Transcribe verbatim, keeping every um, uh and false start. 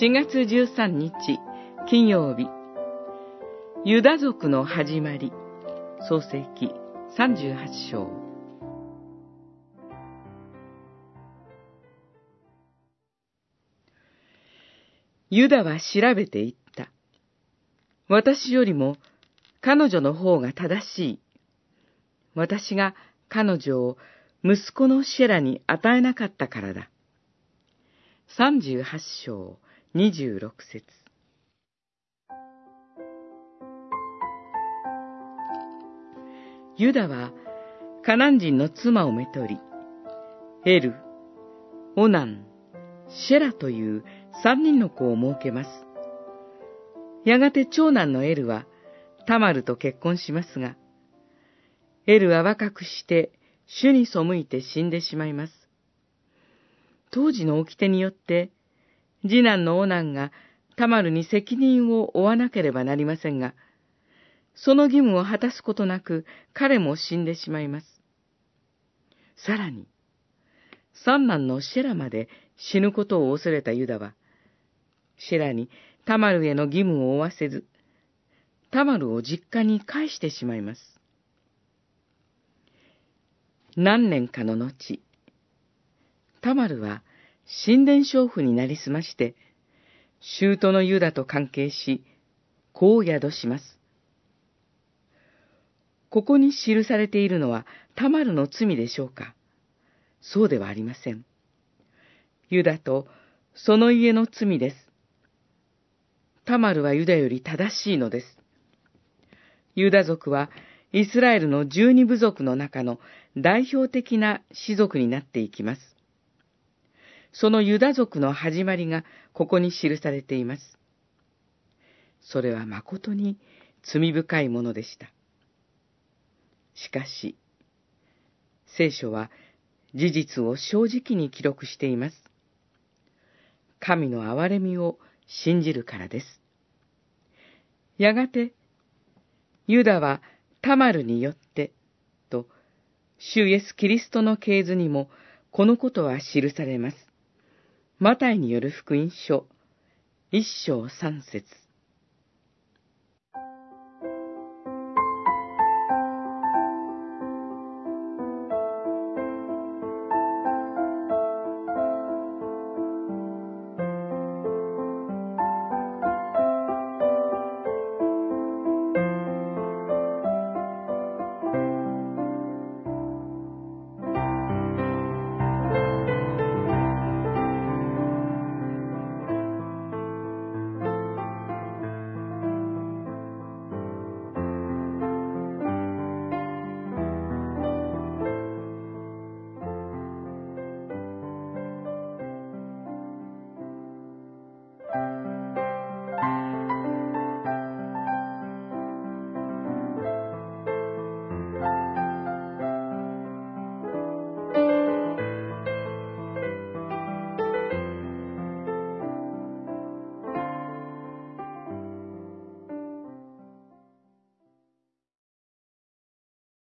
しがつじゅうさんにち金曜日、ユダ族の始まり、創世記さんじゅうはちしょう。ユダは調べていった。私よりも彼女の方が正しい。私が彼女を息子のシェラに与えなかったからだ。さんじゅうはちしょうにじゅうろくせつ。ユダはカナン人の妻をめとり、エル、オナン、シェラという三人の子を設けます。やがて長男のエルはタマルと結婚しますが、エルは若くして主に背いて死んでしまいます。当時の掟によって、次男のオナンがタマルに責任を負わなければなりませんが、その義務を果たすことなく彼も死んでしまいます。さらに、三男のシェラまで死ぬことを恐れたユダは、シェラにタマルへの義務を負わせず、タマルを実家に返してしまいます。何年かの後、タマルは神殿娼婦になりすまして、舅のユダと関係し、子を宿します。ここに記されているのはタマルの罪でしょうか？そうではありません。ユダとその家の罪です。タマルはユダより正しいのです。ユダ族はイスラエルの十二部族の中の代表的な氏族になっていきます。そのユダ族の始まりがここに記されています。それは誠に罪深いものでした。しかし、聖書は事実を正直に記録しています。神の憐れみを信じるからです。やがて、ユダはタマルによって、と、主イエス・キリストの系図にもこのことは記されます。マタイによる福音書、一章三節。